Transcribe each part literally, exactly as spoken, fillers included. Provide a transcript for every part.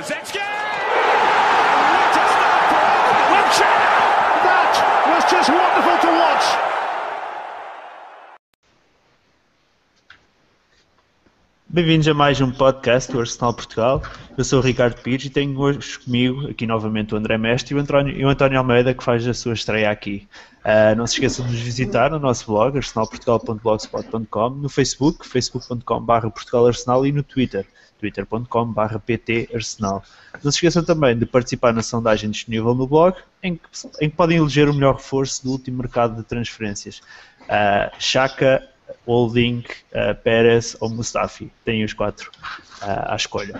Kulusevski! What a start for Wiltshire! That was just wonderful to watch. Bem-vindos a mais um podcast do Arsenal Portugal. Eu sou o Ricardo Pires e tenho hoje comigo aqui novamente o André Mestre e o António, e o António Almeida, que faz a sua estreia aqui. Uh, não se esqueçam de nos visitar no nosso blog, arsenal portugal ponto blogspot ponto com, no Facebook, facebook ponto com barra portugal arsenal e no Twitter, twitter ponto com barra pt arsenal. Não se esqueçam também de participar na sondagem disponível no blog, em que, em que podem eleger o melhor reforço do último mercado de transferências. Uh, Xhaka, Holding, uh, Pérez ou Mustafi. Têm os quatro uh, à escolha.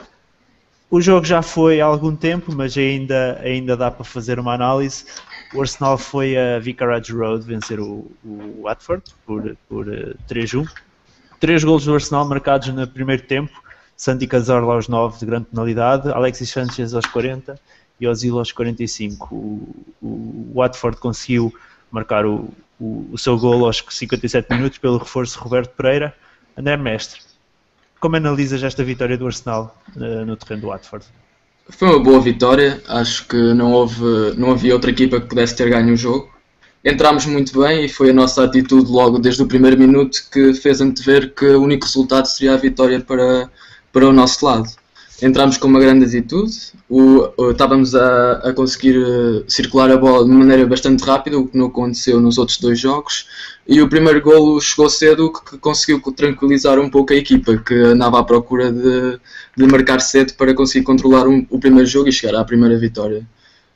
O jogo já foi há algum tempo, mas ainda, ainda dá para fazer uma análise. O Arsenal foi a Vicarage Road vencer o, o Watford por, por uh, três a um. Três golos do Arsenal marcados no primeiro tempo. Santi Cazorla aos nove de grande penalidade, Alexis Sanchez aos quarenta e Ozil aos quarenta e cinco. O, o Watford conseguiu marcar o O, o seu golo aos cinquenta e sete minutos pelo reforço Roberto Pereira. André Mestre, como analisas esta vitória do Arsenal uh, no terreno do Watford? Foi uma boa vitória, acho que não, houve, não havia outra equipa que pudesse ter ganho o jogo. Entramos muito bem e foi a nossa atitude logo desde o primeiro minuto que fez antever que o único resultado seria a vitória para, para o nosso lado. Entramos com uma grande atitude, o, o, estávamos a, a conseguir uh, circular a bola de maneira bastante rápida, o que não aconteceu nos outros dois jogos, e o primeiro golo chegou cedo, que, que conseguiu tranquilizar um pouco a equipa, que andava à procura de, de marcar cedo para conseguir controlar um, o primeiro jogo e chegar à primeira vitória.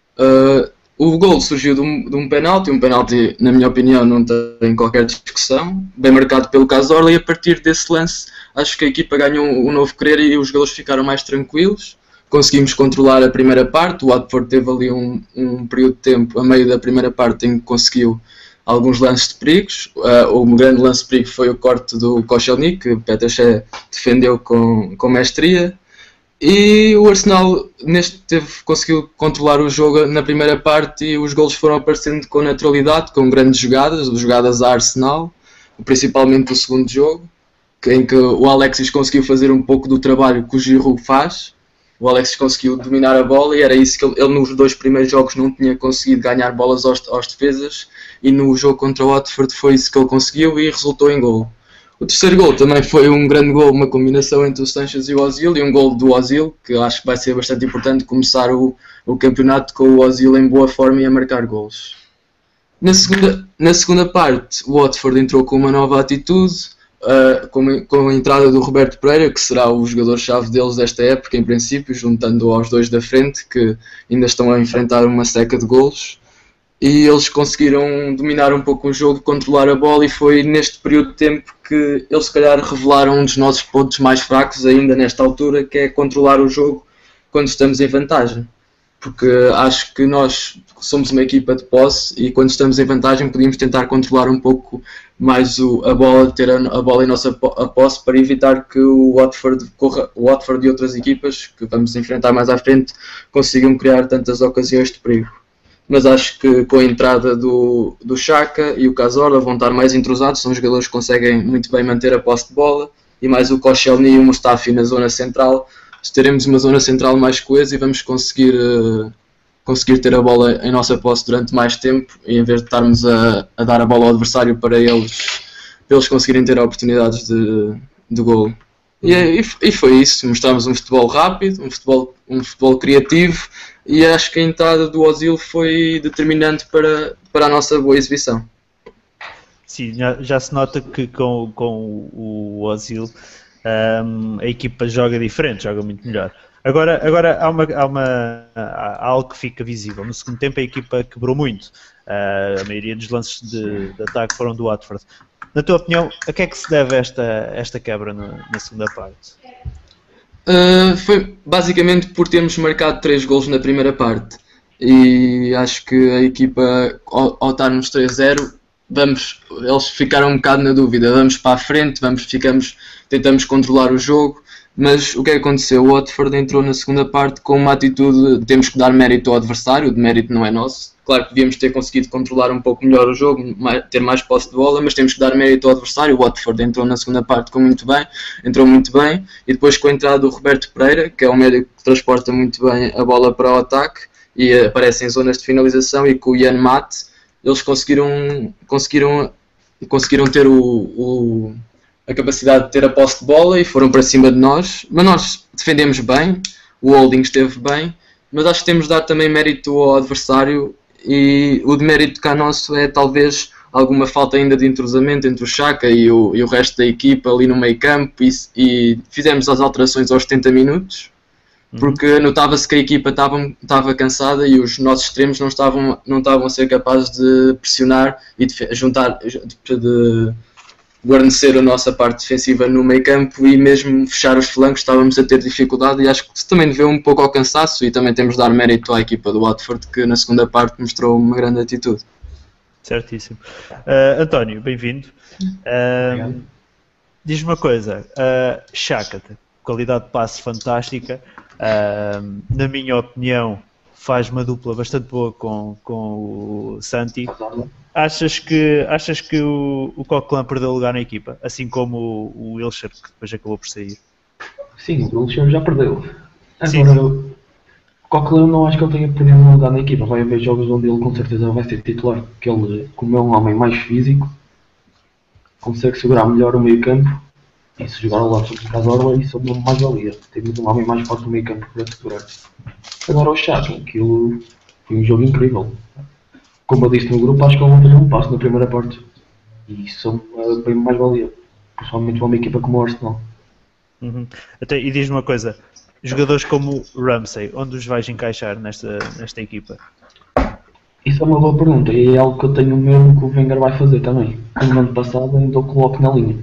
Uh, o golo surgiu de um, de um penalti, um penalti, na minha opinião, não tem qualquer discussão, bem marcado pelo Cazorla, e a partir desse lance acho que a equipa ganhou um novo querer e os jogadores ficaram mais tranquilos. Conseguimos controlar a primeira parte. O Watford teve ali um, um período de tempo, a meio da primeira parte, em que conseguiu alguns lances de perigos. Uh, o grande lance de perigo foi o corte do Koscielny, que o Petr Cech defendeu com, com mestria. E o Arsenal neste teve, conseguiu controlar o jogo na primeira parte e os golos foram aparecendo com naturalidade, com grandes jogadas, jogadas a Arsenal, principalmente o segundo jogo, em que o Alexis conseguiu fazer um pouco do trabalho que o Giroud faz. O Alexis conseguiu dominar a bola e era isso que ele, ele nos dois primeiros jogos não tinha conseguido ganhar bolas aos, aos defesas, e no jogo contra o Watford foi isso que ele conseguiu e resultou em gol. O terceiro gol também foi um grande gol, uma combinação entre o Sanchez e o Ozil, e um gol do Ozil, que acho que vai ser bastante importante começar o, o campeonato com o Ozil em boa forma e a marcar golos. Na segunda, na segunda parte, o Watford entrou com uma nova atitude, Uh, com, com a entrada do Roberto Pereira, que será o jogador-chave deles desta época, em princípio, juntando aos dois da frente, que ainda estão a enfrentar uma seca de golos, e eles conseguiram dominar um pouco o jogo, controlar a bola, e foi neste período de tempo que eles se calhar revelaram um dos nossos pontos mais fracos ainda nesta altura, que é controlar o jogo quando estamos em vantagem. Porque acho que nós somos uma equipa de posse e quando estamos em vantagem podíamos tentar controlar um pouco mais o, a bola, ter a, a bola em nossa a posse, para evitar que o Watford, corra, o Watford e outras equipas que vamos enfrentar mais à frente consigam criar tantas ocasiões de perigo. Mas acho que com a entrada do, do Xhaka e o Cazorla vão estar mais entrosados, são jogadores que conseguem muito bem manter a posse de bola, e mais o Koscielny e o Mustafi na zona central. Teremos uma zona central mais coesa e vamos conseguir, uh, conseguir ter a bola em nossa posse durante mais tempo, e em vez de estarmos a, a dar a bola ao adversário para eles, para eles conseguirem ter oportunidades de, de golo. E, e, e foi isso, mostramos um futebol rápido, um futebol, um futebol criativo, e acho que a entrada do Ozil foi determinante para, para a nossa boa exibição. Sim, já, já se nota que com, com o Ozil Um, a equipa joga diferente, joga muito melhor. Agora, agora há, uma, há, uma, há algo que fica visível. No segundo tempo a equipa quebrou muito. Uh, a maioria dos lances de, de ataque foram do Watford. Na tua opinião, a que é que se deve esta, esta quebra no, na segunda parte? Uh, foi basicamente por termos marcado três golos na primeira parte. E acho que a equipa, ao, ao estarmos três a zero, vamos, eles ficaram um bocado na dúvida. Vamos para a frente, vamos, ficamos... tentamos controlar o jogo, Mas o que é que aconteceu? O Watford entrou na segunda parte com uma atitude de temos que dar mérito ao adversário, o de mérito não é nosso. Claro que devíamos ter conseguido controlar um pouco melhor o jogo, ter mais posse de bola, mas temos que dar mérito ao adversário. O Watford entrou na segunda parte com muito bem, entrou muito bem, e depois com a entrada do Roberto Pereira, que é um médio que transporta muito bem a bola para o ataque e aparece em zonas de finalização, e com o Ian Matt, eles conseguiram, conseguiram, conseguiram ter o, o, a capacidade de ter a posse de bola e foram para cima de nós, mas nós defendemos bem, o Holding esteve bem, mas acho que temos de dar também mérito ao adversário. E o demérito cá nosso é talvez alguma falta ainda de entrosamento entre o Xhaka e o, e o resto da equipa ali no meio campo, e, e fizemos as alterações aos setenta minutos, porque notava-se que a equipa estava, estava cansada e os nossos extremos não estavam, não estavam a ser capazes de pressionar e de juntar, de, de guarnecer a nossa parte defensiva no meio campo, e mesmo fechar os flancos estávamos a ter dificuldade, e acho que se também deveu um pouco ao cansaço, e também temos de dar mérito à equipa do Watford, que na segunda parte mostrou uma grande atitude. Certíssimo. Uh, António, bem-vindo. Uh, diz-me uma coisa, uh, Xhaka, qualidade de passe fantástica, uh, na minha opinião faz uma dupla bastante boa com, com o Santi. Achas que, achas que o, o Coquelin perdeu lugar na equipa, assim como o, o Wilshere, que depois acabou por sair? Sim, o Wilshere já perdeu. Sim. Agora, o Coquelin não acho que ele tenha perdido um lugar na equipa. Vai haver jogos onde ele com certeza vai ser titular, porque ele, como é um homem mais físico, consegue segurar melhor o meio campo, e se jogar ao lado sobre o Cazorla, isso é uma mais-valia. Temos um homem mais forte no meio campo para segurar. Agora o Xhaka, aquilo foi um jogo incrível. Como eu disse no grupo, acho que ele não teve um passo na primeira parte. E isso é bem mais valia. Principalmente uma equipa como o Arsenal. Uhum. Até, e diz-me uma coisa, jogadores como Ramsey, onde os vais encaixar nesta, nesta equipa? Isso é uma boa pergunta, e é algo que eu tenho medo que o Wenger vai fazer também. No ano passado ainda o coloco na linha.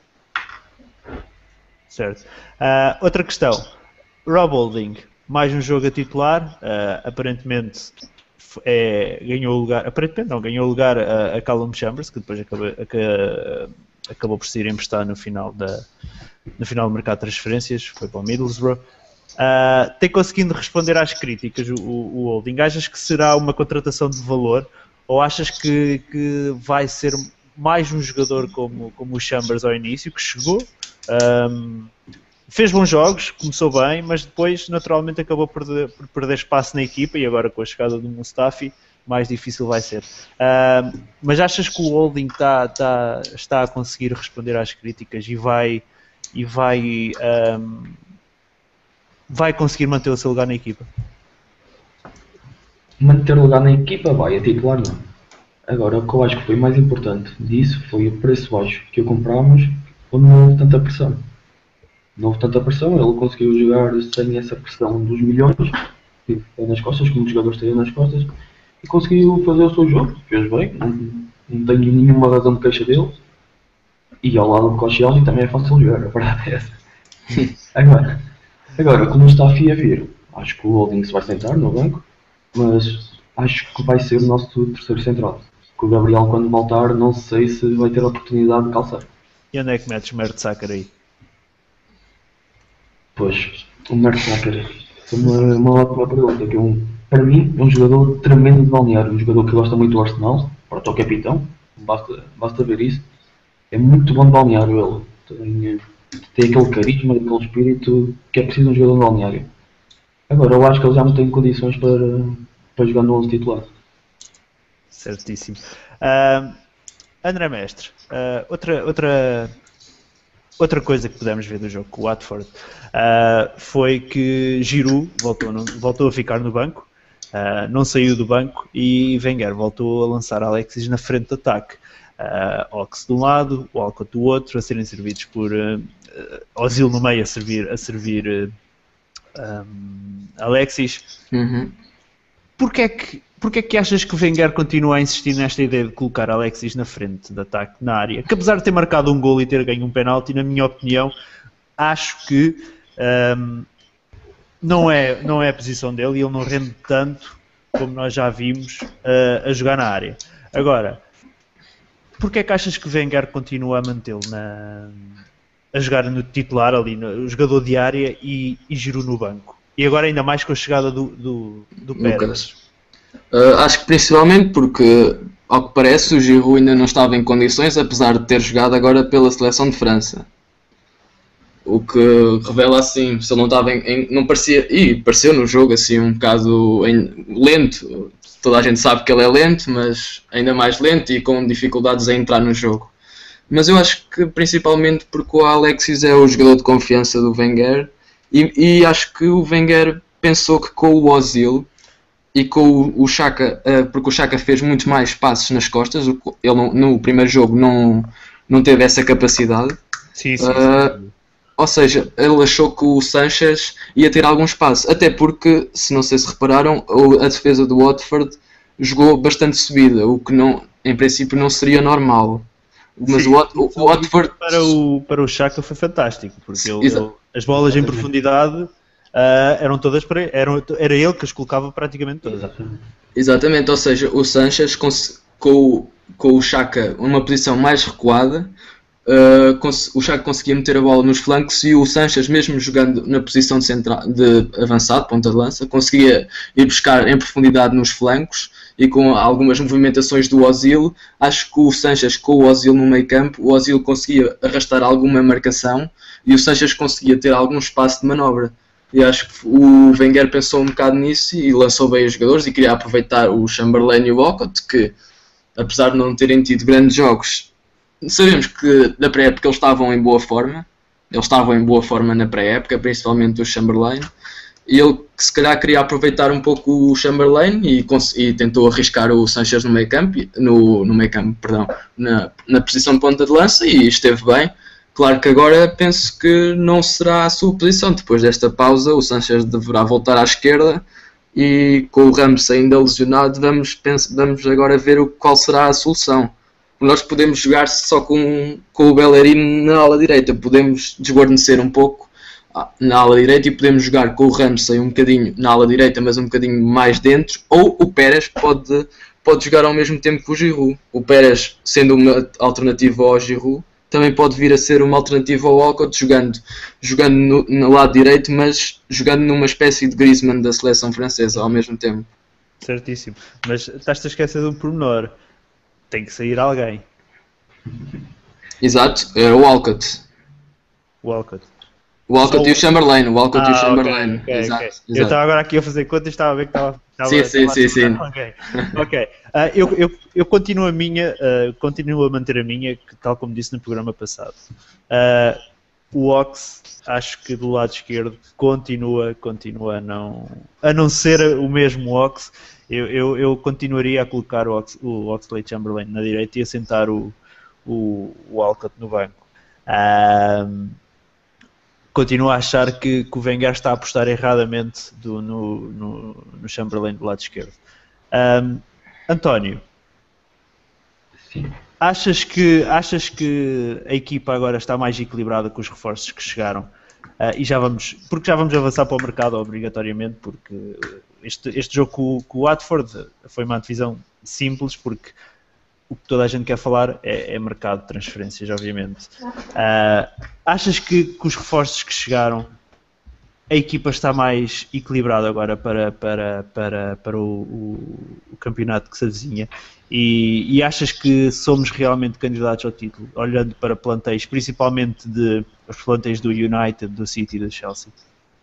Certo. Uh, outra questão, Rob Holding, mais um jogo a titular, uh, aparentemente é, ganhou lugar, aparentemente não, ganhou lugar a, a Callum Chambers, que depois acabou, a, acabou por ser emprestado no final, da, no final do mercado de transferências, foi para o Middlesbrough. Uh, tem conseguido responder às críticas o, o Holding? Achas que será uma contratação de valor, ou achas que, que vai ser mais um jogador como, como o Chambers ao início, que chegou, um, fez bons jogos, começou bem, mas depois naturalmente acabou por perder, por perder espaço na equipa, e agora com a chegada do Mustafi mais difícil vai ser. Uh, mas achas que o Holding tá, tá, está a conseguir responder às críticas e vai, e vai, um, vai conseguir manter o seu lugar na equipa? Manter o lugar na equipa vai, a titular não. Agora, o que eu acho que foi mais importante disso foi o preço baixo que o comprámos, onde não houve tanta pressão. Não houve tanta pressão, ele conseguiu jogar sem essa pressão dos milhões, que tem nas costas, como os jogadores têm nas costas, e conseguiu fazer o seu jogo, fez bem, não, não tenho nenhuma razão de queixa dele. E ao lado do Koscielny também é fácil jogar, a verdade é essa. Agora, agora como está a FIA a vir, acho que o Holding se vai sentar no banco, mas acho que vai ser o nosso terceiro central. Com o Gabriel, quando voltar, não sei se vai ter a oportunidade de calçar. E onde é que metes Mertesacker aí? Pois, o Mertesacker é uma, uma ótima pergunta. Que é um, para mim, é um jogador tremendo de balneário. Um jogador que gosta muito do Arsenal, para o teu capitão, basta, basta ver isso. É muito bom de balneário ele. Tem, tem aquele carisma, aquele espírito que é preciso um jogador de balneário. Agora, eu acho que ele já não tem condições para, para jogar no onze titular. Certíssimo. Uh, André Mestre, uh, outra, outra, outra coisa que pudemos ver do jogo com o Watford uh, foi que Giroud voltou, no, voltou a ficar no banco, uh, não saiu do banco, e Wenger voltou a lançar Alexis na frente de ataque. Uh, Ox de um lado, o Alcott do outro, a serem servidos por uh, uh, Ozil no meio a servir, a servir uh, um, Alexis. Uhum. Porquê é que Porquê é que achas que o Wenger continua a insistir nesta ideia de colocar Alexis na frente de ataque na área? Que apesar de ter marcado um gol e ter ganho um penalti, na minha opinião, acho que um, não, é, não é a posição dele, e ele não rende tanto como nós já vimos uh, a jogar na área. Agora, porquê é que achas que o Wenger continua a mantê-lo na, a jogar no titular ali, no, o jogador de área e, e Giroud no banco. E agora ainda mais com a chegada do, do, do Pérez. Uh, acho que principalmente porque, ao que parece, o Giroud ainda não estava em condições, apesar de ter jogado agora pela seleção de França. O que revela assim, se ele não estava em, em, não parecia, e pareceu no jogo assim um bocado em, lento. Toda a gente sabe que ele é lento, mas ainda mais lento e com dificuldades a entrar no jogo. Mas eu acho que principalmente porque o Alexis é o jogador de confiança do Wenger e, e acho que o Wenger pensou que com o Ozil e com o, o Xhaka, uh, porque o Xhaka fez muito mais passos nas costas, ele não, no primeiro jogo não, não teve essa capacidade. Sim, sim, uh, sim. Ou seja, ele achou que o Sanchez ia ter algum espaço, até porque, se não sei se repararam, a defesa do Watford jogou bastante subida, o que não, em princípio não seria normal. Mas Sim, o, o, o Watford... Para o, para o Xhaka foi fantástico, porque ele, Exa- ele, as bolas em profundidade uh, eram todas para ele, eram, era ele que as colocava praticamente todas. Exatamente. Exatamente, ou seja, o Sanchez cons- com, o- com o Xhaka numa posição mais recuada, Uh, cons- o Xhaka conseguia meter a bola nos flancos e o Sanchez, mesmo jogando na posição de, centra- de avançado, ponta de lança, conseguia ir buscar em profundidade nos flancos e com algumas movimentações do Ozil. Acho que o Sanchez com o Ozil no meio campo, o Ozil conseguia arrastar alguma marcação e o Sanchez conseguia ter algum espaço de manobra. E acho que o Wenger pensou um bocado nisso e lançou bem os jogadores e queria aproveitar o Chamberlain e o Walcott, que apesar de não terem tido grandes jogos, sabemos que na pré-época eles estavam em boa forma, eles estavam em boa forma na pré-época, principalmente o Chamberlain, e ele se calhar queria aproveitar um pouco o Chamberlain e, cons- e tentou arriscar o Sanchez no meio campo, no, no meio campo, perdão, na, na posição de ponta de lança e esteve bem. Claro que agora penso que não será a sua posição, depois desta pausa o Sanchez deverá voltar à esquerda e com o Ramos ainda lesionado vamos, pens- vamos agora ver o, qual será a solução. Nós podemos jogar só com, com o Bellerin na ala direita, podemos desguarnecer um pouco na ala direita e podemos jogar com o Ramsey um bocadinho na ala direita, mas um bocadinho mais dentro, ou o Pérez pode, pode jogar ao mesmo tempo que o Giroud. O Pérez, sendo uma alternativa ao Giroud, também pode vir a ser uma alternativa ao Walcott, jogando, jogando no, no lado direito, mas jogando numa espécie de Griezmann da seleção francesa ao mesmo tempo. Certíssimo. Mas estás-te a esquecer de um pormenor. Tem que sair alguém. Exato, é o Walcott. Walcott. O Walcott Só e o Chamberlain, o Walcott e o Ah, Chamberlain. ok, ok, exato, ok. exato. Eu estava agora aqui a fazer contas e estava a ver que estava. estava Sim, sim, estava a sim, sim. Ok, ok. Ah, eu, eu, eu continuo a minha, ah, continuo a manter a minha, que, tal como disse no programa passado. Ah, o Ox, acho que do lado esquerdo continua, continua a não, a não ser o mesmo Ox. Eu, eu, eu continuaria a colocar o, Ox, o Oxlade-Chamberlain na direita e a sentar o, o, o Walcott no banco. Ah, continuo a achar que, que o Wenger está a apostar erradamente do, no, no, no Chamberlain do lado esquerdo. Um, António, Sim. achas que, achas que a equipa agora está mais equilibrada com os reforços que chegaram? Uh, e já vamos, porque já vamos avançar para o mercado obrigatoriamente, porque este, este jogo com, com o Watford foi uma divisão simples, porque o que toda a gente quer falar é, é mercado de transferências, obviamente. Uh, achas que com os reforços que chegaram, a equipa está mais equilibrada agora para, para, para, para o, o, o campeonato que se avizinha? E, e achas que somos realmente candidatos ao título, olhando para plantéis, principalmente de, os plantéis do United, do City e do Chelsea?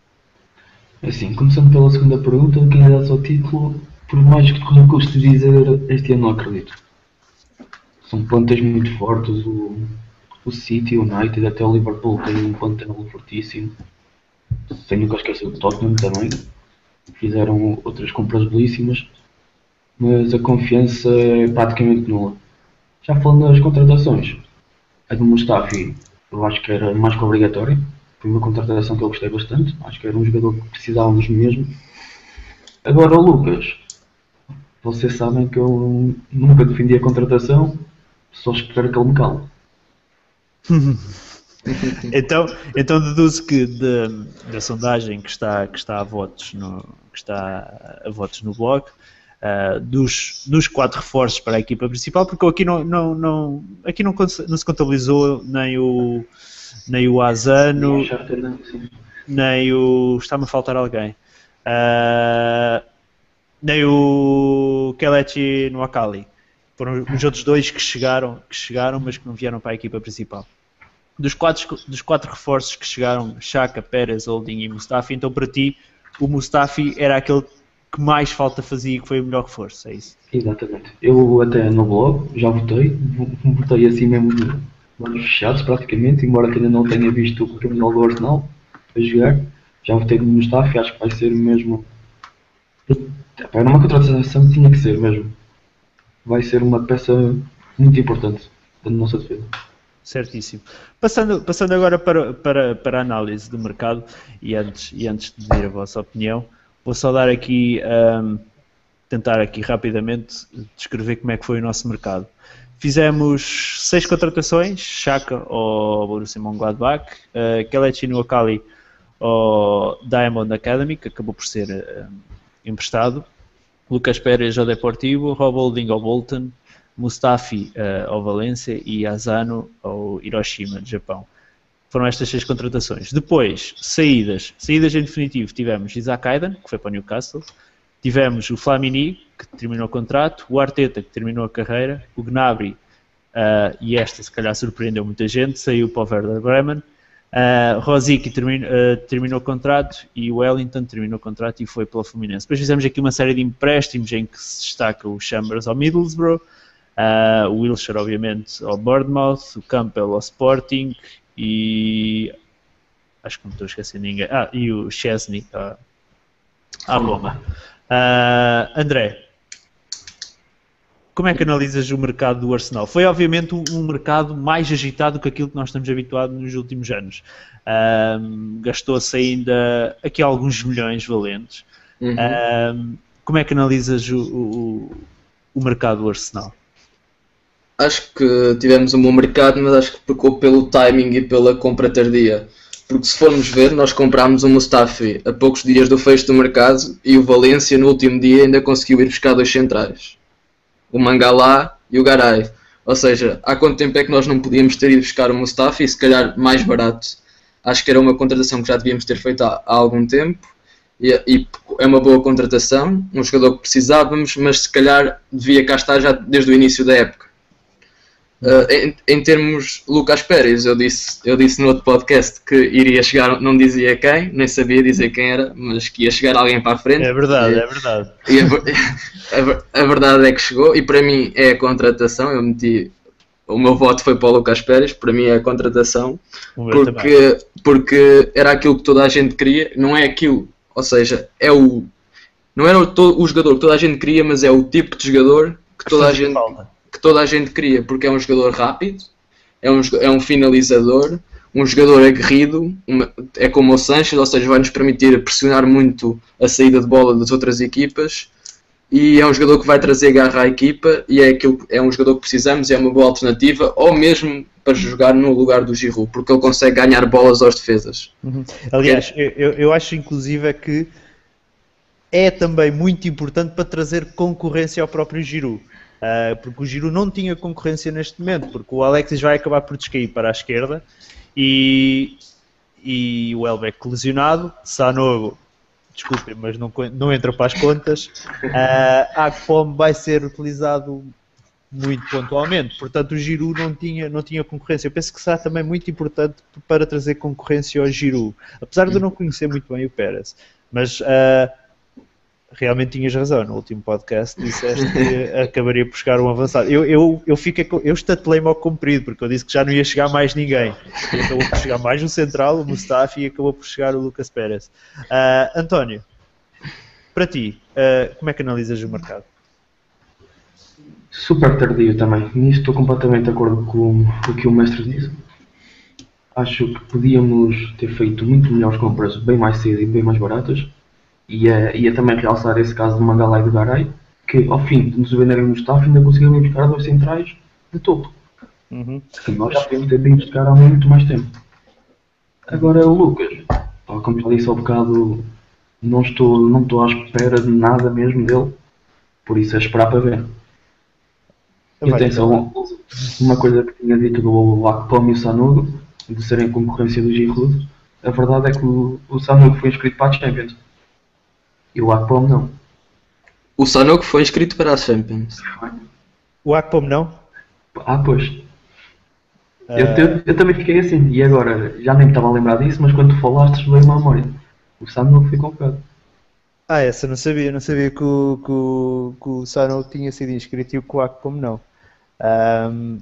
Assim, começando pela segunda pergunta, de candidatos ao título, por mais que me custe dizer, este ano não acredito. São plantéis muito fortes, o, o City, o United, até o Liverpool tem um plantel fortíssimo. Sem nunca esquecer o Tottenham também. Fizeram outras compras belíssimas, mas a confiança é praticamente nula. Já falando das contratações, a do Mustafi eu acho que era mais que obrigatória. Foi uma contratação que eu gostei bastante. Acho que era um jogador que precisávamos mesmo. Agora o Lucas, vocês sabem que eu nunca defendi a contratação, só espero que ele me cale. Então, então deduzo que de, da sondagem que está, que está a votos no, que está a votos no blog, uh, dos, dos quatro reforços para a equipa principal, porque aqui não, não, não, aqui não, não se contabilizou nem o, nem o Asano, Não, sim. nem o... está-me a faltar alguém. Uh, nem o Kelechi Nwakali. Foram os outros dois que chegaram, que chegaram, mas que não vieram para a equipa principal. Dos quatro, dos quatro reforços que chegaram, Xhaka, Pérez, Holding e Mustafi, então para ti, o Mustafi era aquele que mais falta fazia e que foi o melhor reforço, é isso? Exatamente. Eu até no blog já votei, votei assim mesmo de olhos fechados praticamente, embora que ainda não tenha visto o criminal do Arsenal a jogar, já votei no Mustafi, acho que vai ser mesmo. Era uma contratação que tinha que ser mesmo. Vai ser uma peça muito importante da nossa defesa. Certíssimo. Passando, passando agora para, para, para a análise do mercado e antes, e antes de dizer a vossa opinião, vou só dar aqui, um, tentar aqui rapidamente descrever como é que foi o nosso mercado. Fizemos seis contratações, Xhaka ao Borussia Mönchengladbach, uh, Kelechi Nwakali ao Diamond Academy, que acabou por ser uh, emprestado, Lucas Pérez ao Deportivo, Rob Holding ao Bolton, Mustafi uh, ao Valência e Asano ao Hiroshima, de Japão. Foram estas seis contratações. Depois, saídas. Saídas em definitivo, tivemos Isaac Hayden, que foi para o Newcastle, tivemos o Flamini, que terminou o contrato, o Arteta, que terminou a carreira, o Gnabry, uh, e esta se calhar surpreendeu muita gente, saiu para o Werder Bremen, uh, Rosicky termino, uh, terminou o contrato e o Wellington terminou o contrato e foi pela Fluminense. Depois fizemos aqui uma série de empréstimos em que se destaca o Chambers ao Middlesbrough, uh, o Wilshere obviamente ao Bournemouth, o Campbell ao Sporting e acho que não estou a esquecer ninguém, ah, e o Chesney uh, à Roma. Uh, André, como é que analisas o mercado do Arsenal? Foi obviamente um, um mercado mais agitado que aquilo que nós estamos habituados nos últimos anos. Uh, gastou-se ainda aqui alguns milhões valentes. Uhum. Uh, como é que analisas o, o, o mercado do Arsenal? Acho que tivemos um bom mercado, mas acho que pecou pelo timing e pela compra tardia. Porque se formos ver, nós comprámos o Mustafi a poucos dias do fecho do mercado e o Valência no último dia ainda conseguiu ir buscar dois centrais. O Mangala e o Garay. Ou seja, há quanto tempo é que nós não podíamos ter ido buscar o Mustafi, se calhar mais barato. Acho que era uma contratação que já devíamos ter feito há, há algum tempo. E, e é uma boa contratação, um jogador que precisávamos, mas se calhar devia cá estar já desde o início da época. Uh, em, em termos Lucas Pérez, eu disse, eu disse no outro podcast que iria chegar, não dizia quem, nem sabia dizer quem era, mas que ia chegar alguém para a frente. É verdade, e, é verdade. E a, a, a verdade é que chegou, e para mim é a contratação. Eu meti, o meu voto foi para o Lucas Pérez, para mim é a contratação, porque, porque era aquilo que toda a gente queria, não é aquilo, ou seja, é o, não era o, o jogador que toda a gente queria, mas é o tipo de jogador que toda a gente... que toda a gente queria, porque é um jogador rápido, é um, é um finalizador, um jogador aguerrido, uma, é como o Sanches, ou seja, vai nos permitir pressionar muito a saída de bola das outras equipas, e é um jogador que vai trazer garra à equipa, e é, aquilo, é um jogador que precisamos, e é uma boa alternativa, ou mesmo para jogar no lugar do Giroud, porque ele consegue ganhar bolas aos defesas. Uhum. Aliás, é. eu, eu acho inclusive é que é também muito importante para trazer concorrência ao próprio Giroud. Uh, porque o Giroud não tinha concorrência neste momento, porque o Alexis vai acabar por descair para a esquerda e, e o Welbeck lesionado, Sanogo, desculpem, mas não, não entra para as contas, uh, Akpom vai ser utilizado muito pontualmente, portanto o Giroud não tinha, não tinha concorrência. Eu penso que será também muito importante para trazer concorrência ao Giroud, apesar de eu não conhecer muito bem o Pérez, mas... Uh, realmente tinhas razão, no último podcast disseste que acabaria por chegar um avançado. Eu, eu, eu, fiquei, eu estatelei-me ao comprido, porque eu disse que já não ia chegar mais ninguém. E acabou por chegar mais um central, o Mustafi, e acabou por chegar o Lucas Pérez. Uh, António, para ti, uh, como é que analisas o mercado? Super tardio também. Nisto estou completamente de acordo com o que o mestre disse. Acho que podíamos ter feito muito melhores compras bem mais cedo e bem mais baratas. Ia, ia também realçar esse caso do Mangala e do Garay, que ao fim de nos venderem no staff ainda conseguiram buscar dois centrais de topo. Uhum. Que nós já podemos ter vindo buscar há muito mais tempo. Agora o Lucas, como já disse há bocado, não estou, não estou à espera de nada mesmo dele, por isso é esperar para ver. E atenção, uma coisa que tinha dito do Akpom e o Sanogo, de serem concorrência do Giroud, a verdade é que o, o Sanogo foi inscrito para a Champions. E o Akpom não. O Sanogo foi inscrito para a Champions. O Akpom não? Ah, pois. Uh... Eu, eu, eu também fiquei assim. E agora, já nem me estava a lembrar disso, mas quando tu falaste, veio-me à memória. O Sanogo foi convocado. Ah, essa não sabia. Não sabia que o, que o, que o Sanogo tinha sido inscrito e o Akpom não. Um...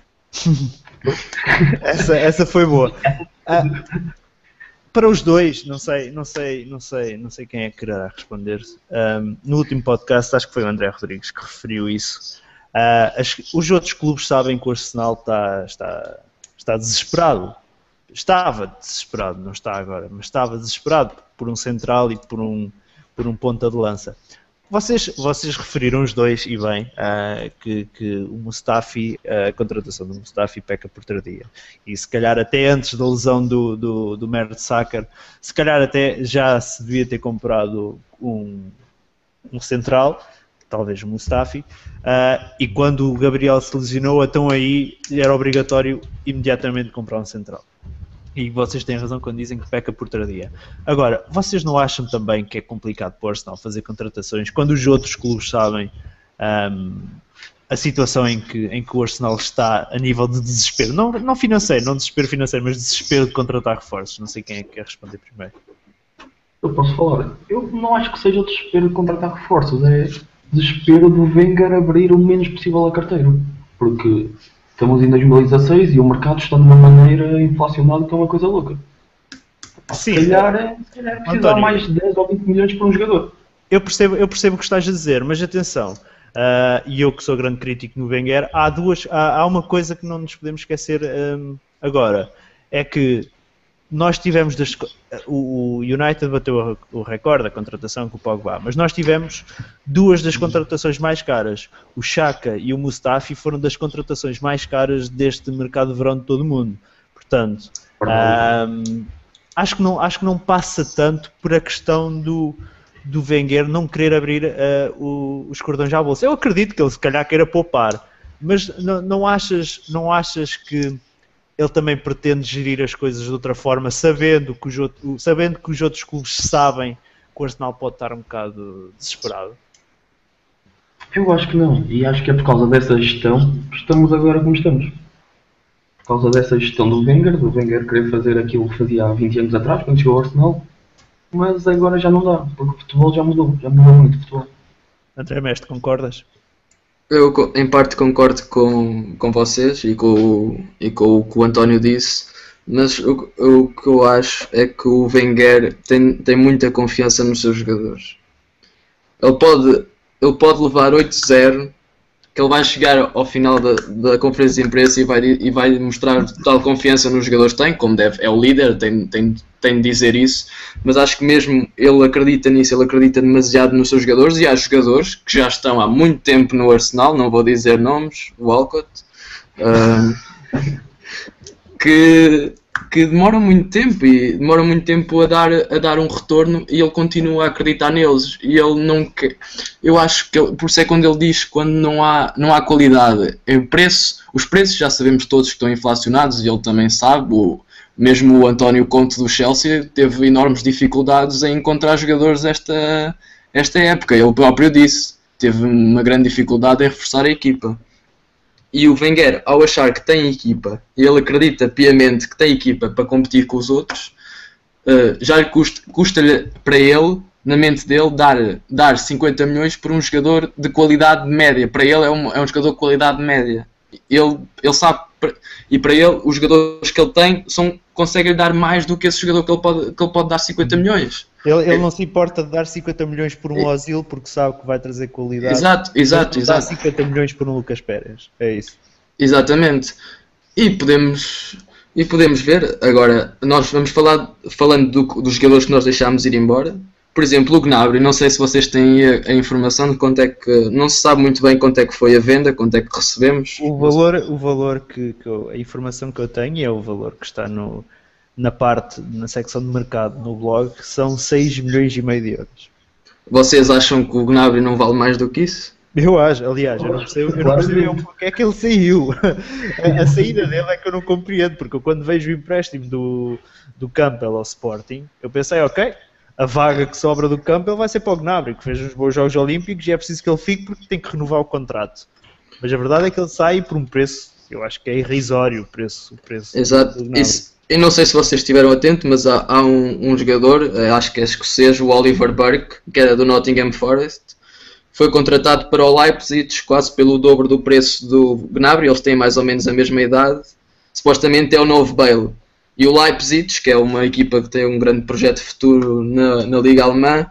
essa, essa foi boa. Uh... Para os dois, não sei, não sei, não sei, não sei quem é que quererá responder. Um, no último podcast, acho que foi o André Rodrigues que referiu isso. Uh, as, os outros clubes sabem que o Arsenal está, está, está desesperado. Estava desesperado, não está agora, mas estava desesperado por um central e por um, por um ponta de lança. Vocês, vocês referiram os dois, e bem, uh, que, que o Mustafi, a contratação do Mustafi peca por tardia. E se calhar até antes da lesão do, do, do Mertesacker, se calhar até já se devia ter comprado um, um central, talvez o Mustafi, uh, e quando o Gabriel se lesionou, então aí era obrigatório imediatamente comprar um central. E vocês têm razão quando dizem que peca por tardia. Agora, vocês não acham também que é complicado para o Arsenal fazer contratações quando os outros clubes sabem um, a situação em que, em que o Arsenal está a nível de desespero? Não, não financeiro, não desespero financeiro, mas desespero de contratar reforços. Não sei quem é que quer responder primeiro. Eu posso falar. Eu não acho que seja o desespero de contratar reforços. É desespero do Wenger abrir o menos possível a carteira. Porque... estamos em dois mil e dezasseis e o mercado está de uma maneira inflacionado que é uma coisa louca. Sim, se calhar é, se calhar é precisar António, mais de dez ou vinte milhões para um jogador. Eu percebo, eu percebo o que estás a dizer, mas atenção, uh, e eu que sou grande crítico no Wenger, há, duas, há, há uma coisa que não nos podemos esquecer um, agora, é que nós tivemos, das, o, o United bateu o recorde da contratação com o Pogba, mas nós tivemos duas das contratações mais caras. O Xhaka e o Mustafi foram das contratações mais caras deste mercado de verão de todo o mundo. Portanto, um, acho, que não, acho que não passa tanto por a questão do, do Wenger não querer abrir uh, o, os cordões à bolsa. Eu acredito que ele se calhar queira poupar, mas não, não, achas, não achas que ele também pretende gerir as coisas de outra forma, sabendo que os, outros, sabendo que os outros clubes sabem que o Arsenal pode estar um bocado desesperado? Eu acho que não, e acho que é por causa dessa gestão que estamos agora como estamos. Por causa dessa gestão do Wenger, do Wenger querer fazer aquilo que fazia há vinte anos atrás, quando chegou ao Arsenal, mas agora já não dá, porque o futebol já mudou, já mudou muito o futebol. André Mestre, concordas? Eu, em parte, concordo com, com vocês e com, o, e com o que o António disse, mas o, o que eu acho é que o Wenger tem, tem muita confiança nos seus jogadores. Ele pode, ele pode levar oito zero, que ele vai chegar ao final da, da conferência de imprensa e vai, e vai mostrar total confiança nos jogadores que tem, como deve, é o líder, tem, tem, tem de dizer isso, mas acho que mesmo ele acredita nisso, ele acredita demasiado nos seus jogadores, e há jogadores que já estão há muito tempo no Arsenal, não vou dizer nomes, Walcott, uh, que, que demoram muito tempo e demoram muito tempo a dar, a dar um retorno, e ele continua a acreditar neles, e ele não quer. Eu acho que ele, por isso é quando ele diz que quando não há, não há qualidade em preço, os preços já sabemos todos que estão inflacionados, e ele também sabe, o, mesmo o António Conte do Chelsea teve enormes dificuldades em encontrar jogadores esta, esta época, ele próprio disse, teve uma grande dificuldade em reforçar a equipa. E o Wenger, ao achar que tem equipa, e ele acredita piamente que tem equipa para competir com os outros, uh, já lhe custa, custa-lhe para ele, na mente dele, dar, dar cinquenta milhões por um jogador de qualidade média. Para ele é um, é um jogador de qualidade média. Ele, ele sabe, e para ele, os jogadores que ele tem são, conseguem dar mais do que esse jogador que ele pode, que ele pode dar cinquenta milhões. Ele, ele não se importa de dar cinquenta milhões por um Ozil porque sabe que vai trazer qualidade. Exato, exato, exato. Dá cinquenta milhões por um Lucas Pérez, é isso. Exatamente. E podemos, e podemos ver, agora, nós vamos falar, falando do, dos jogadores que nós deixámos ir embora. Por exemplo, o Gnabry, não sei se vocês têm a, a informação de quanto é que, não se sabe muito bem quanto é que foi a venda, quanto é que recebemos. O valor, o valor que, que eu, a informação que eu tenho, e é o valor que está no, na parte, na secção de mercado no blog, são seis milhões e meio de euros. Vocês acham que o Gnabry não vale mais do que isso? Eu acho, aliás, eu não percebo, eu não percebo porque é que ele saiu. A, a saída dele é que eu não compreendo, porque eu quando vejo o empréstimo do, do Campbell ao Sporting, eu pensei, ok, a vaga que sobra do Campbell vai ser para o Gnabry, que fez uns bons Jogos Olímpicos e é preciso que ele fique porque tem que renovar o contrato. Mas a verdade é que ele sai por um preço, eu acho que é irrisório o preço. O preço Exato. do Isso, eu não sei se vocês estiveram atentos, mas há, há um, um jogador, acho que é escocês, o Oliver Burke, que era do Nottingham Forest, foi contratado para o Leipzig quase pelo dobro do preço do Gnabry, eles têm mais ou menos a mesma idade, supostamente é o novo Bale. E o Leipzig, que é uma equipa que tem um grande projeto futuro na, na Liga Alemã,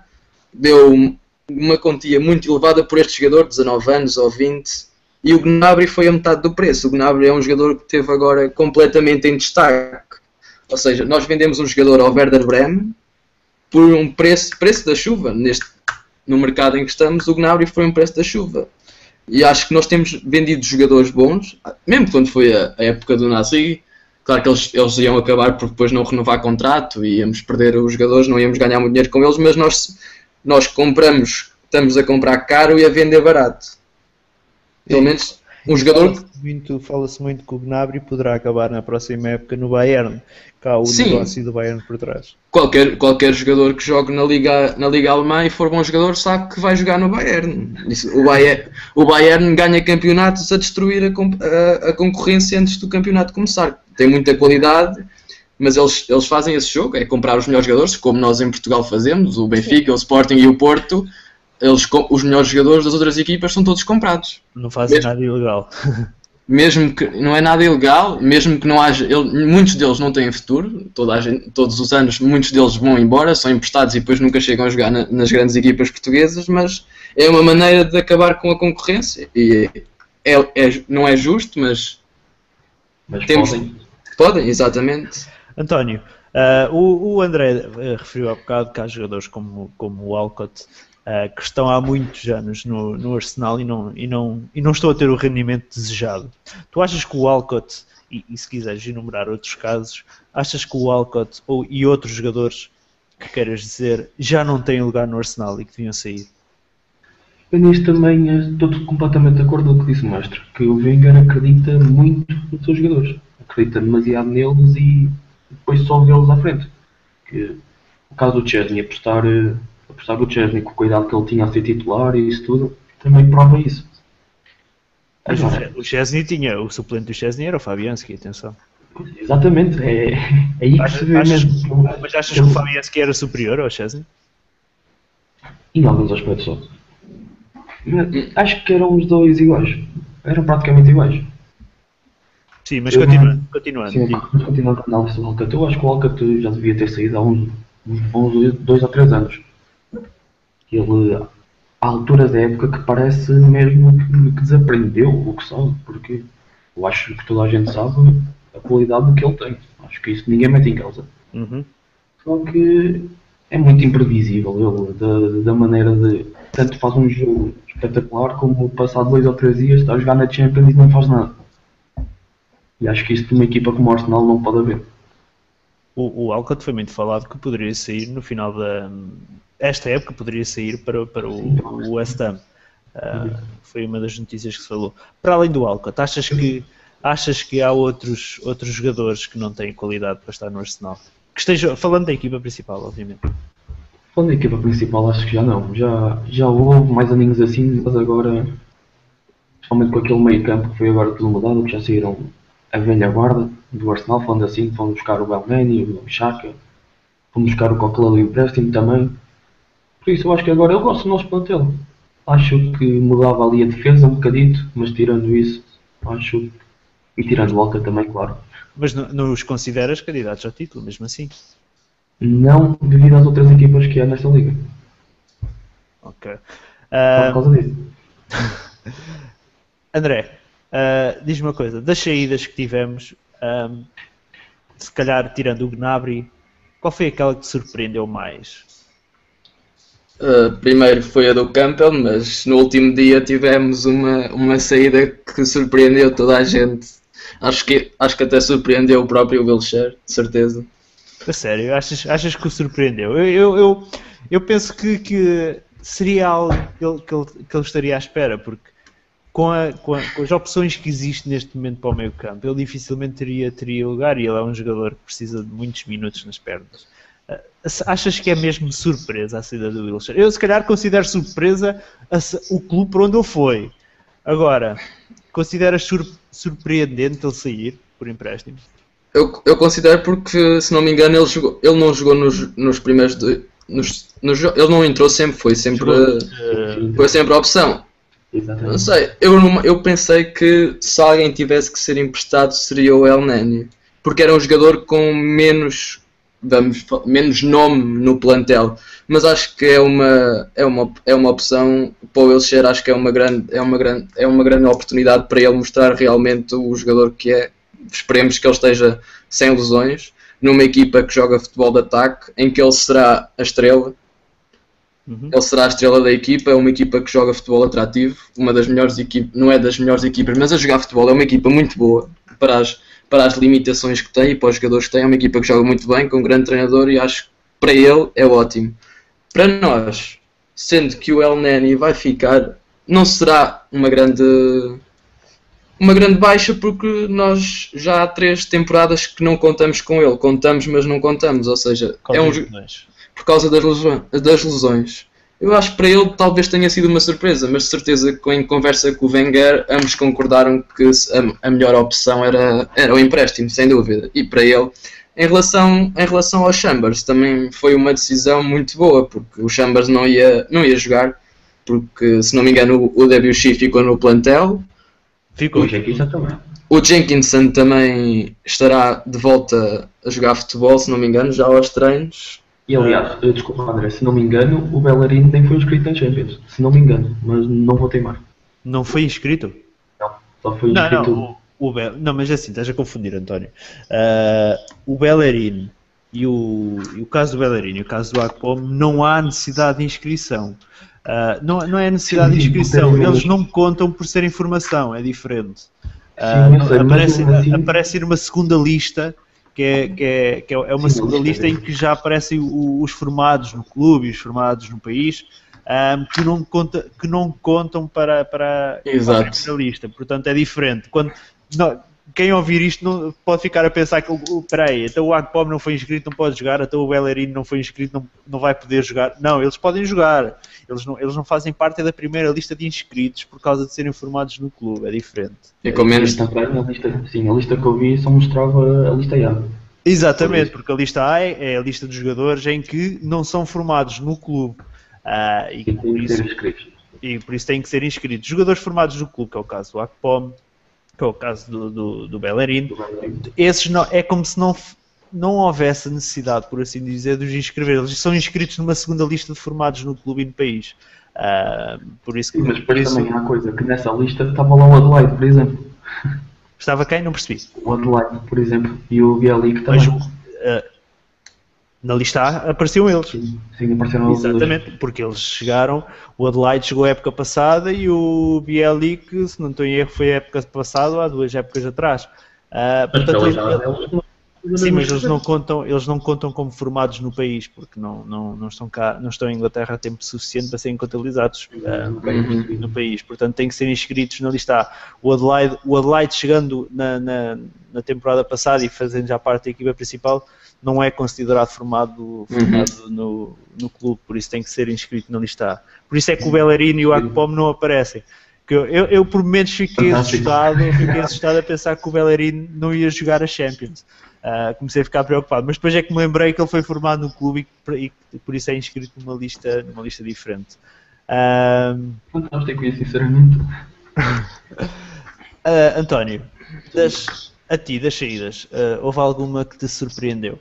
deu uma quantia muito elevada por este jogador, dezanove anos ou vinte, e o Gnabry foi a metade do preço. O Gnabry é um jogador que teve agora completamente em destaque. Ou seja, nós vendemos um jogador ao Werder Bremen por um preço, preço da chuva, neste no mercado em que estamos, o Gnabry foi um preço da chuva. E acho que nós temos vendido jogadores bons, mesmo quando foi a, a época do Nazi. Claro que eles, eles iam acabar por depois não renovar contrato e íamos perder os jogadores, não íamos ganhar muito dinheiro com eles, mas nós, nós compramos, estamos a comprar caro e a vender barato. Pelo menos um jogador... Fala-se muito, fala-se muito que o Gnabry poderá acabar na próxima época no Bayern. Cá o Sim. negócio do Bayern por trás. Qualquer, qualquer jogador que jogue na Liga, na Liga Alemã e for bom jogador sabe que vai jogar no Bayern. Isso, o, Bayern o Bayern ganha campeonatos a destruir a, a, a concorrência antes do campeonato começar. Tem muita qualidade, mas eles, eles fazem esse jogo, é comprar os melhores jogadores, como nós em Portugal fazemos, o Benfica, o Sporting e o Porto. Eles, os melhores jogadores das outras equipas são todos comprados. Não fazem Mesmo- nada ilegal. Mesmo que não é nada ilegal, mesmo que não haja, ele- muitos deles não têm futuro, toda a gente- todos os anos muitos deles vão embora, são emprestados e depois nunca chegam a jogar na- nas grandes equipas portuguesas, mas é uma maneira de acabar com a concorrência e é, é- não é justo, mas Mas temos, podem. podem, exatamente. António, ah, o, o André ah, referiu há bocado que há jogadores como, como o Alcott ah, que estão há muitos anos no, no Arsenal e não, e, não, e não estão a ter o rendimento desejado. Tu achas que o Alcott, e, e se quiseres enumerar outros casos, achas que o Alcott ou, e outros jogadores que queiras dizer já não têm lugar no Arsenal e que deviam sair? Eu nisto também eh, estou completamente de acordo com o que disse o mestre, que o Wenger acredita muito nos seus jogadores, acredita demasiado neles e depois só vê-los à frente. Que, o caso do Chesney, apostar, eh, apostar o Chesney com o cuidado que ele tinha a ser titular e isso tudo, também prova isso. Mas o Agora, Che- o Chesney tinha, o suplente do Chesney era o Fabianski, atenção. exatamente, é, é aí que se vê Achas- mesmo. Mas achas que o Fabianski era superior ao Chesney? Em alguns aspectos só. Mas acho que eram os dois iguais. Eram praticamente iguais. Sim, mas Eu continuando, não- continuando. Sim, digo. mas continuando com a análise do Alcott, eu acho que o Alcott já devia ter saído há uns, uns bons dois, dois ou três anos. Ele, há alturas da época que parece mesmo que, que desaprendeu o que sabe, porque eu acho que toda a gente sabe a qualidade do que ele tem. Acho que isso ninguém mete em causa. Uhum. Só que é muito imprevisível ele, da, da maneira de. Tanto faz um jogo espetacular, como passado dois ou três dias está a jogar na Champions e não faz nada. E acho que isso de uma equipa como o Arsenal não pode haver. O, o Alcott foi muito falado que poderia sair no final da. Esta época poderia sair para, para o, o West Ham. Ah, foi uma das notícias que se falou. Para além do Alcott, achas que, achas que há outros, outros jogadores que não têm qualidade para estar no Arsenal? Que estejam, falando da equipa principal, obviamente. Falando da equipa principal, acho que já não. Já, já houve mais aninhos assim, mas agora, principalmente com aquele meio campo que foi agora tudo mudado, que já saíram a velha guarda do Arsenal, falando assim, fomos buscar o Belmeni, o Xhaka, fomos buscar o Coquelin do empréstimo também. Por isso eu acho que agora eu gosto do nosso plantel. Acho que mudava ali a defesa um bocadito, mas tirando isso, acho que... E tirando o Alcott também, claro. Mas não, não os consideras candidatos ao título, mesmo assim? Não devido às outras equipas que há nesta liga. Ok. Só Ah, por causa disso. André, ah, diz-me uma coisa, das saídas que tivemos, ah, se calhar tirando o Gnabry, qual foi aquela que te surpreendeu mais? Uh, primeiro foi a do Campbell, mas no último dia tivemos uma, uma saída que surpreendeu toda a gente. Acho que, acho que até surpreendeu o próprio Wilshere, de certeza. A sério, achas, achas que o surpreendeu? Eu, eu, eu, eu penso que, que seria algo que ele, que ele, que ele estaria à espera, porque com, a, com, a, com as opções que existem neste momento para o meio campo, ele dificilmente teria, teria lugar, e ele é um jogador que precisa de muitos minutos nas pernas. Achas que é mesmo surpresa a saída do Wilshere? Eu se calhar considero surpresa a, o clube por onde ele foi. Agora, consideras sur, surpreendente ele sair por empréstimo? Eu, eu considero porque, se não me engano, ele, jogou, ele não jogou nos, nos primeiros... De, nos, nos, ele não entrou sempre, foi sempre, uh, foi sempre a opção. Exatamente. Não sei, eu, eu pensei que se alguém tivesse que ser emprestado seria o El Neni, porque era um jogador com menos... Vamos, menos nome no plantel, mas acho que é uma, é uma, é uma opção para o Wilshere. Acho que é uma, grande, é, uma grande, é uma grande oportunidade para ele mostrar realmente o jogador que é. Esperemos que ele esteja sem lesões, numa equipa que joga futebol de ataque, em que ele será a estrela. Uhum. Ele será a estrela da equipa. É uma equipa que joga futebol atrativo, uma das melhores equipas, não é das melhores equipas, mas a jogar futebol é uma equipa muito boa para as para as limitações que tem e para os jogadores que tem. É uma equipa que joga muito bem, com um grande treinador, e acho que para ele é ótimo. Para nós, sendo que o El Neni vai ficar, não será uma grande uma grande baixa, porque nós já há três temporadas que não contamos com ele. Contamos, mas não contamos, ou seja, é um, por causa das lesões, das lesões. Eu acho que para ele talvez tenha sido uma surpresa, mas de certeza que em conversa com o Wenger ambos concordaram que a, a melhor opção era, era o empréstimo, sem dúvida. E para ele, em relação, em relação ao Chambers, também foi uma decisão muito boa, porque o Chambers não ia, não ia jogar, porque se não me engano o, o Debuchy ficou no plantel. Ficou. O Jenkinson também. O Jenkinson também estará de volta a jogar futebol, se não me engano, já aos treinos. E aliás, uh, desculpa André, se não me engano, o Bellerin nem foi inscrito na Champions, se não me engano, mas não vou teimar. Não foi inscrito? Não, só foi não, inscrito... Não, o, o Be... não, mas assim, estás a confundir, António. Uh, o Bellerin e o, e o caso do Bellerin e o caso do Akpom, não há necessidade de inscrição. Uh, não, não é necessidade sim, de inscrição, eles não contam por ser informação, é diferente. Uh, sim, sei, aparece, assim... aparece numa segunda lista... Que é, que, é, que é uma Sim, segunda lista em que já aparecem os formados no clube e os formados no país, um, que, não conta, que não contam para, para, para a primeira lista. Portanto, é diferente. Quando, não, quem ouvir isto não, pode ficar a pensar que, peraí, então o Akpom não foi inscrito, não pode jogar, então o Bellerin não foi inscrito, não, não vai poder jogar. Não, eles podem jogar. Eles não, eles não fazem parte da primeira lista de inscritos por causa de serem formados no clube, é diferente. E com menos também a lista, sim, a lista que eu vi só mostrava a lista A. Exatamente, porque a lista A é a lista dos jogadores em que não são formados no clube. Uh, e, e, por isso, e por isso têm que ser inscritos. Jogadores formados no clube, que é o caso do Akpom, que é o caso do, do, do Bellerin, esses não, é como se não... não houvesse necessidade, por assim dizer, de os inscrever. Eles são inscritos numa segunda lista de formados no clube e no país. Uh, por isso que, Sim, mas por isso... também há uma coisa, que nessa lista estava lá o Adelaide, por exemplo. Estava quem? Não percebi. O Adelaide, por exemplo, e o Bialik também. Mas, uh, na lista A apareciam eles. Sim, sim apareceram eles. Exatamente, porque eles chegaram, o Adelaide chegou a época passada e o Bialik, se não estou em erro, foi a época passada ou há duas épocas atrás. Uh, portanto, eles, eles, sim, mas eles não contam, eles não contam como formados no país, porque não, não, não estão cá, não estão em Inglaterra há tempo suficiente para serem contabilizados uh, no, no país. Portanto, têm que ser inscritos na lista A. O Adelaide, o Adelaide chegando na, na, na temporada passada e fazendo já parte da equipa principal, não é considerado formado, formado uhum. no, no clube, por isso tem que ser inscrito na lista A. Por isso é que o Bellerin e o Akpom não aparecem. Que eu, eu, eu, por menos, fiquei assustado, fiquei assustado a pensar que o Bellerin não ia jogar a Champions. Uh, comecei a ficar preocupado, mas depois é que me lembrei que ele foi formado no clube e, e por isso é inscrito numa lista, numa lista diferente. Uh, Fantástico isso, sinceramente. uh, António, das, a ti, das saídas, uh, houve alguma que te surpreendeu?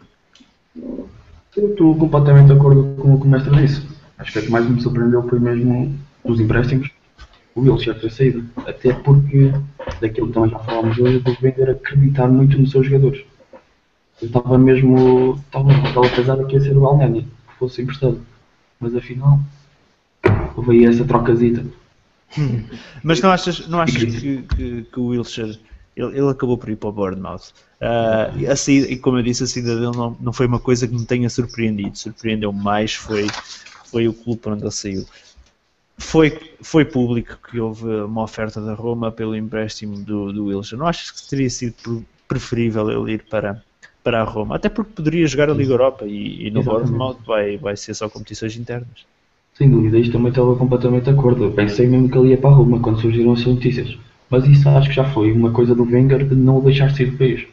Eu estou completamente de acordo com o que o mestre disse. Acho que a que mais me surpreendeu foi mesmo dos empréstimos, o Wilshere ter saído. Até porque, daquilo que também já falámos hoje, o Wenger acreditar muito nos seus jogadores. Eu estava mesmo, estava, estava pesado que ia ser o El Neni, que fosse emprestado. Mas afinal, houve aí essa trocazita. Hum. Mas não achas, não achas que, que, que o Wilshere, ele, ele acabou por ir para o Bournemouth? Uh, a saída, e como eu disse, a saída dele não, não foi uma coisa que me tenha surpreendido. Surpreendeu mais foi, foi o clube para onde ele saiu. foi, foi público que houve uma oferta da Roma pelo empréstimo do, do Wilshere. Não achas que teria sido preferível ele ir para, para a Roma? Até porque poderia jogar a Liga Europa e, e no Bournemouth vai, vai ser só competições internas. Sem dúvida, isto também estava completamente de acordo. Eu pensei mesmo que ele ia para a Roma quando surgiram as notícias. Mas isso acho que já foi uma coisa do Wenger de não o deixar sair do país.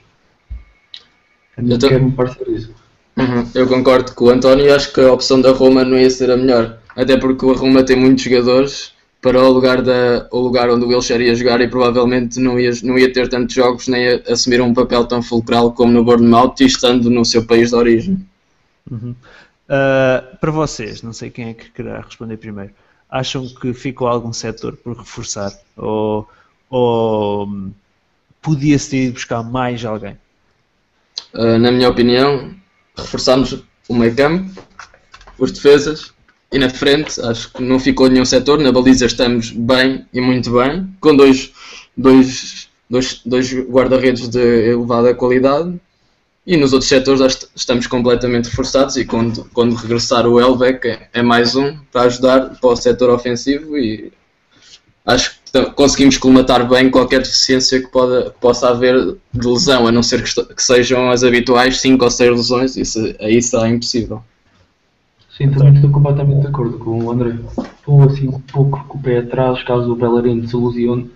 Eu tô... quero-me parecer isso. Uhum. Eu concordo com o António e acho que a opção da Roma não ia ser a melhor. Até porque a Roma tem muitos jogadores para o lugar, da, o lugar onde o Wilshere ia jogar e provavelmente não ia, não ia ter tantos jogos nem ia assumir um papel tão fulcral como no Bournemouth e estando no seu país de origem. Uhum. Uh, para vocês, não sei quem é que querá responder primeiro, acham que ficou algum setor por reforçar ou, ou podia-se ter ido buscar mais alguém? Uh, na minha opinião, reforçámos o meio campo, os defesas e na frente acho que não ficou nenhum setor. Na baliza estamos bem e muito bem, com dois, dois, dois, dois guarda-redes de elevada qualidade. E nos outros setores estamos completamente reforçados e quando, quando regressar o Welbeck é, é mais um para ajudar para o setor ofensivo e acho que conseguimos colmatar bem qualquer deficiência que, pode, que possa haver de lesão, a não ser que, que sejam as habituais cinco ou seis lesões, isso, aí será impossível. Sim, também estou completamente de acordo com o André. Estou assim um pouco com o pé atrás caso o Bellerin se ilusione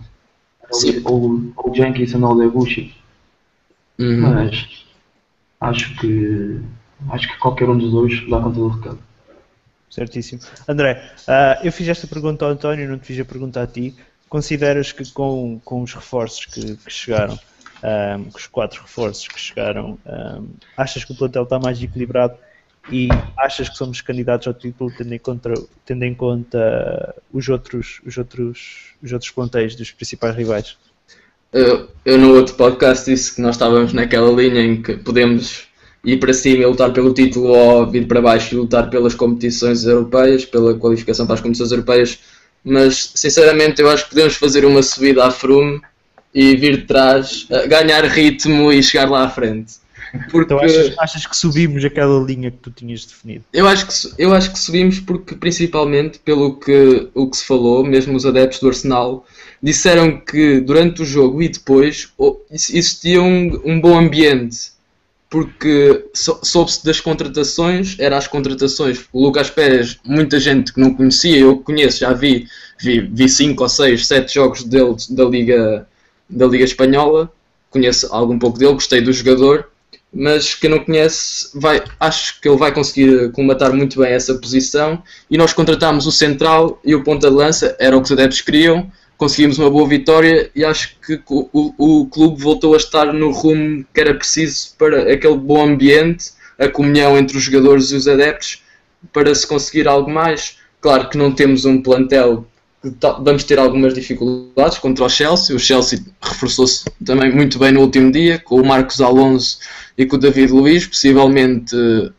ou o Jenkins ou o Debuchy. Uhum. Mas acho que acho que qualquer um dos dois dá conta do recado. Certíssimo. André, uh, eu fiz esta pergunta ao António, não te fiz a pergunta a ti. Consideras que com, com os reforços que, que chegaram, um, com os quatro reforços que chegaram, um, achas que o plantel está mais equilibrado e achas que somos candidatos ao título tendo em conta, tendo em conta os, outros, os, outros, os outros plantéis dos principais rivais? Eu, eu no outro podcast disse que nós estávamos naquela linha em que podemos ir para cima e lutar pelo título ou vir para baixo e lutar pelas competições europeias, pela qualificação para as competições europeias, mas sinceramente eu acho que podemos fazer uma subida à Froome e vir de trás, ganhar ritmo e chegar lá à frente. Porque... Então achas, achas que subimos aquela linha que tu tinhas definido? Eu acho que, eu acho que subimos porque principalmente pelo que, o que se falou, mesmo os adeptos do Arsenal disseram que durante o jogo e depois existia um, um bom ambiente, porque soube-se das contratações, eram as contratações, o Lucas Pérez, muita gente que não conhecia, eu conheço, já vi, vi, vi cinco ou seis, sete jogos dele da Liga, da Liga Espanhola, conheço algum pouco dele, gostei do jogador, mas quem não conhece, vai, acho que ele vai conseguir colmatar muito bem essa posição, e nós contratámos o central e o ponta de lança, era o que os adeptos queriam, conseguimos uma boa vitória e acho que o, o, o clube voltou a estar no rumo que era preciso para aquele bom ambiente, a comunhão entre os jogadores e os adeptos, para se conseguir algo mais. Claro que não temos um plantel, vamos ter algumas dificuldades contra o Chelsea, o Chelsea reforçou-se também muito bem no último dia, com o Marcos Alonso e com o David Luiz, possivelmente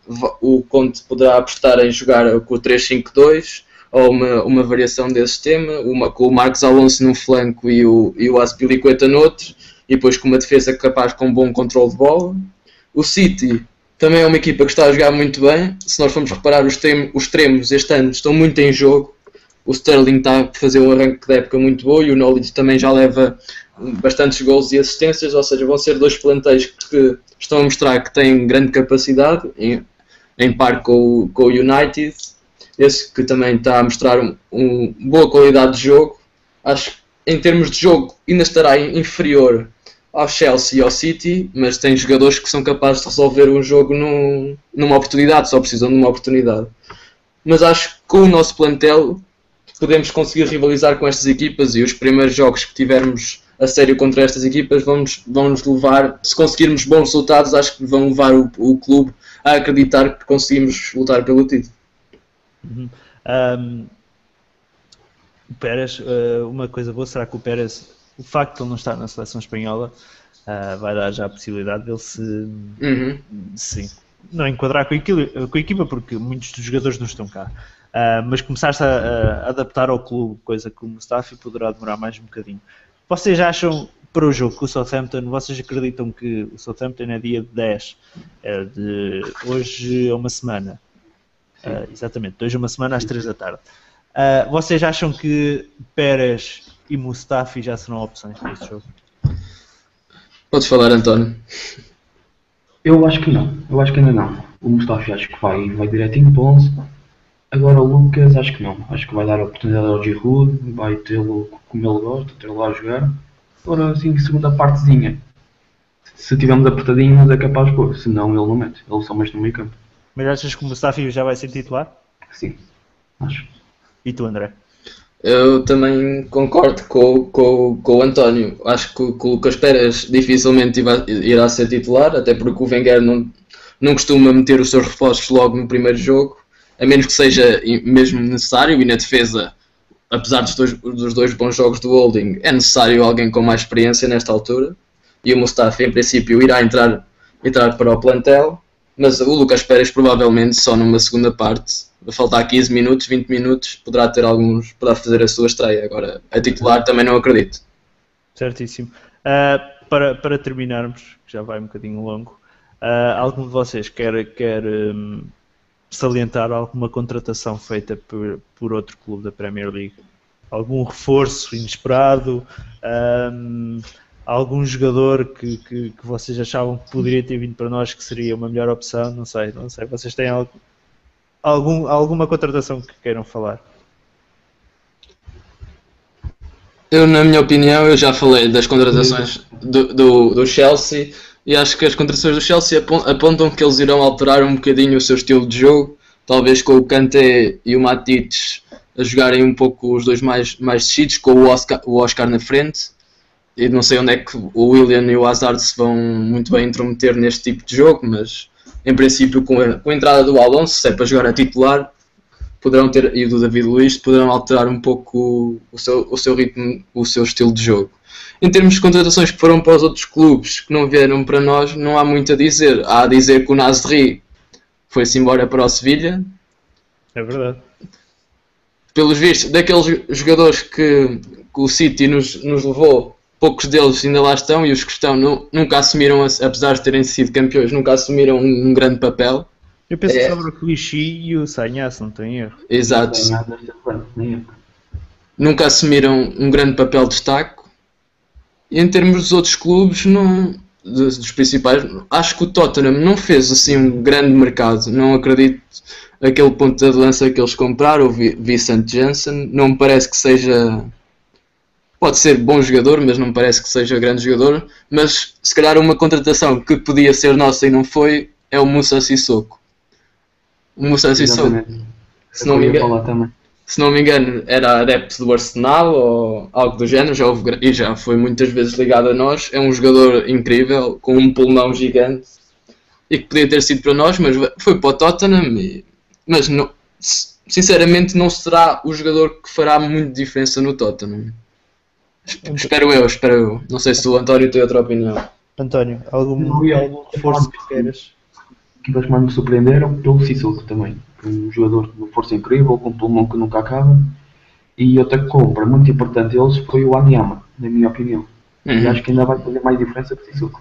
o Conte poderá apostar em jogar com o três cinco dois, ou uma, uma variação desse sistema, uma, com o Marcos Alonso num flanco e o, e o Azpilicueta no outro, e depois com uma defesa capaz com um bom controle de bola. O City também é uma equipa que está a jogar muito bem, se nós formos reparar os, tem, os extremos este ano estão muito em jogo, o Sterling está a fazer um arranque de época muito bom e o Knowledge também já leva bastantes gols e assistências, ou seja, vão ser dois plantéis que estão a mostrar que têm grande capacidade, em, em par com, com o United, esse que também está a mostrar uma um, boa qualidade de jogo. Acho que em termos de jogo ainda estará inferior ao Chelsea e ao City, mas tem jogadores que são capazes de resolver um jogo num, numa oportunidade, só precisam de uma oportunidade. Mas acho que com o nosso plantel podemos conseguir rivalizar com estas equipas e os primeiros jogos que tivermos a sério contra estas equipas vamos, vão-nos levar, se conseguirmos bons resultados, acho que vão levar o, o clube a acreditar que conseguimos lutar pelo título. Uhum. Um, o Pérez, uh, uma coisa boa, será que o Pérez, o facto de ele não estar na seleção espanhola, uh, vai dar já a possibilidade dele se, uhum. sim, não enquadrar com a, equipa, com a equipa, porque muitos dos jogadores não estão cá, uh, mas começar-se a, a adaptar ao clube, coisa que o Mustafi poderá demorar mais um bocadinho. Vocês acham, para o jogo com o Southampton, vocês acreditam que o Southampton é dia dez, é de hoje a uma semana? Uh, exatamente, de hoje a uma semana às três da tarde. Uh, vocês acham que Pérez e Mustafi já serão opções para este jogo? Podes falar, António. Eu acho que não, eu acho que ainda não. O Mustafi acho que vai, vai direitinho para onze. Agora o Lucas acho que não. Acho que vai dar a oportunidade ao Giroud, vai tê-lo como ele gosta, tê-lo lá a jogar. Agora assim, segunda partezinha. Se tivermos apertadinhos é capaz de pôr, senão ele não mete. Ele só mexe no meio campo. Mas achas que o Mustafi já vai ser titular? Sim, acho. E tu, André? Eu também concordo com, com, com o António. Acho que, que o Lucas Pérez dificilmente irá, irá ser titular, até porque o Wenger não, não costuma meter os seus reforços logo no primeiro jogo, a menos que seja mesmo necessário, e na defesa, apesar dos dois, dos dois bons jogos do Holding, é necessário alguém com mais experiência nesta altura, e o Mustafi em princípio irá entrar, entrar para o plantel, mas o Lucas Pérez provavelmente só numa segunda parte, vai faltar quinze minutos, vinte minutos, poderá ter alguns, poderá fazer a sua estreia. Agora, a titular também não acredito. Certíssimo. Uh, para, para terminarmos, que já vai um bocadinho longo, uh, algum de vocês quer, quer um, salientar alguma contratação feita por, por outro clube da Premier League? Algum reforço inesperado? Um, algum jogador que, que, que vocês achavam que poderia ter vindo para nós que seria uma melhor opção? Não sei, não sei. Vocês têm algo, algum, alguma contratação que queiram falar? Eu, na minha opinião, eu já falei das contratações do, do, do Chelsea e acho que as contratações do Chelsea apontam que eles irão alterar um bocadinho o seu estilo de jogo, talvez com o Kanté e o Matic a jogarem um pouco os dois mais, mais descidos, com o Oscar, o Oscar na frente. E não sei onde é que o Willian e o Hazard se vão muito bem intrometer neste tipo de jogo, mas em princípio com a, com a entrada do Alonso, se é para jogar a titular, poderão ter, e do David Luiz, poderão alterar um pouco o seu, o seu ritmo, o seu estilo de jogo. Em termos de contratações que foram para os outros clubes que não vieram para nós, não há muito a dizer. Há a dizer que o Nasri foi-se embora para o Sevilha. É verdade. Pelos vistos, daqueles jogadores que, que o City nos, nos levou, poucos deles ainda lá estão, e os que estão não, nunca assumiram, apesar de terem sido campeões, nunca assumiram um, um grande papel. Eu penso É. sobre o Clichy e o Sanhas, não tem erro. Exato. Não tem nada desta frente, nem eu. Nunca assumiram um grande papel de destaque. E em termos dos outros clubes, não, dos, dos principais, acho que o Tottenham não fez assim um grande mercado. Não acredito aquele ponto de lança que eles compraram, o Vincent Janssen. Não me parece que seja... Pode ser bom jogador, mas não me parece que seja grande jogador. Mas se calhar uma contratação que podia ser nossa e não foi, é o Moussa Sissoko. O Moussa Sissoko, Exatamente. se não Eu me ia engano... falar também. Se não me engano, era adepto do Arsenal ou algo do género, já houve, e já foi muitas vezes ligado a nós. É um jogador incrível, com um pulmão gigante, e que podia ter sido para nós, mas foi para o Tottenham. E, mas não, sinceramente não será o jogador que fará muito diferença no Tottenham. Espero eu, espero eu. Não sei se o António tem outra opinião. António, algum, Não, eu- algum reforço que queiras? Equipas que mais me surpreenderam pelo Sissoko também. Um jogador de força incrível, com um pulmão que nunca acaba. E outra compra muito importante deles foi o Anyama, na minha opinião. E Uhum. acho que ainda vai fazer mais diferença que o Sissoko.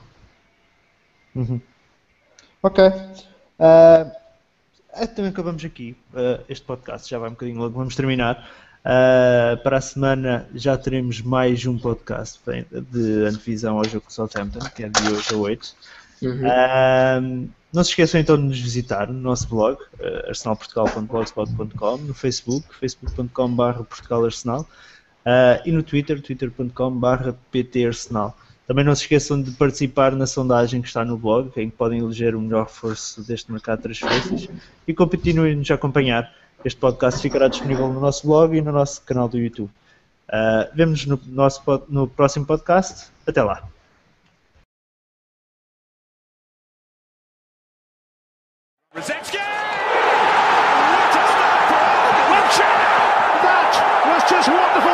Uhum. Ok. Uh, então acabamos aqui. Uh, este podcast já vai um bocadinho longo. Vamos terminar. Uh, para a semana já teremos mais um podcast de antevisão ao jogo do Southampton, que é de hoje a oito. Uhum. Uh, não se esqueçam então de nos visitar no nosso blog, uh, arsenal portugal ponto blogspot ponto com, no Facebook, facebook ponto com barra portugal arsenal, uh, e no Twitter, twitter ponto com barra pt arsenal. Também não se esqueçam de participar na sondagem que está no blog, em que podem eleger o melhor reforço deste mercado de transferências, e continuem-nos a acompanhar. Este podcast ficará disponível no nosso blog e no nosso canal do YouTube. Uh, vemo-nos no, nosso, no próximo podcast. Até lá. Rosecki! What a start for Luciano! That was just wonderful.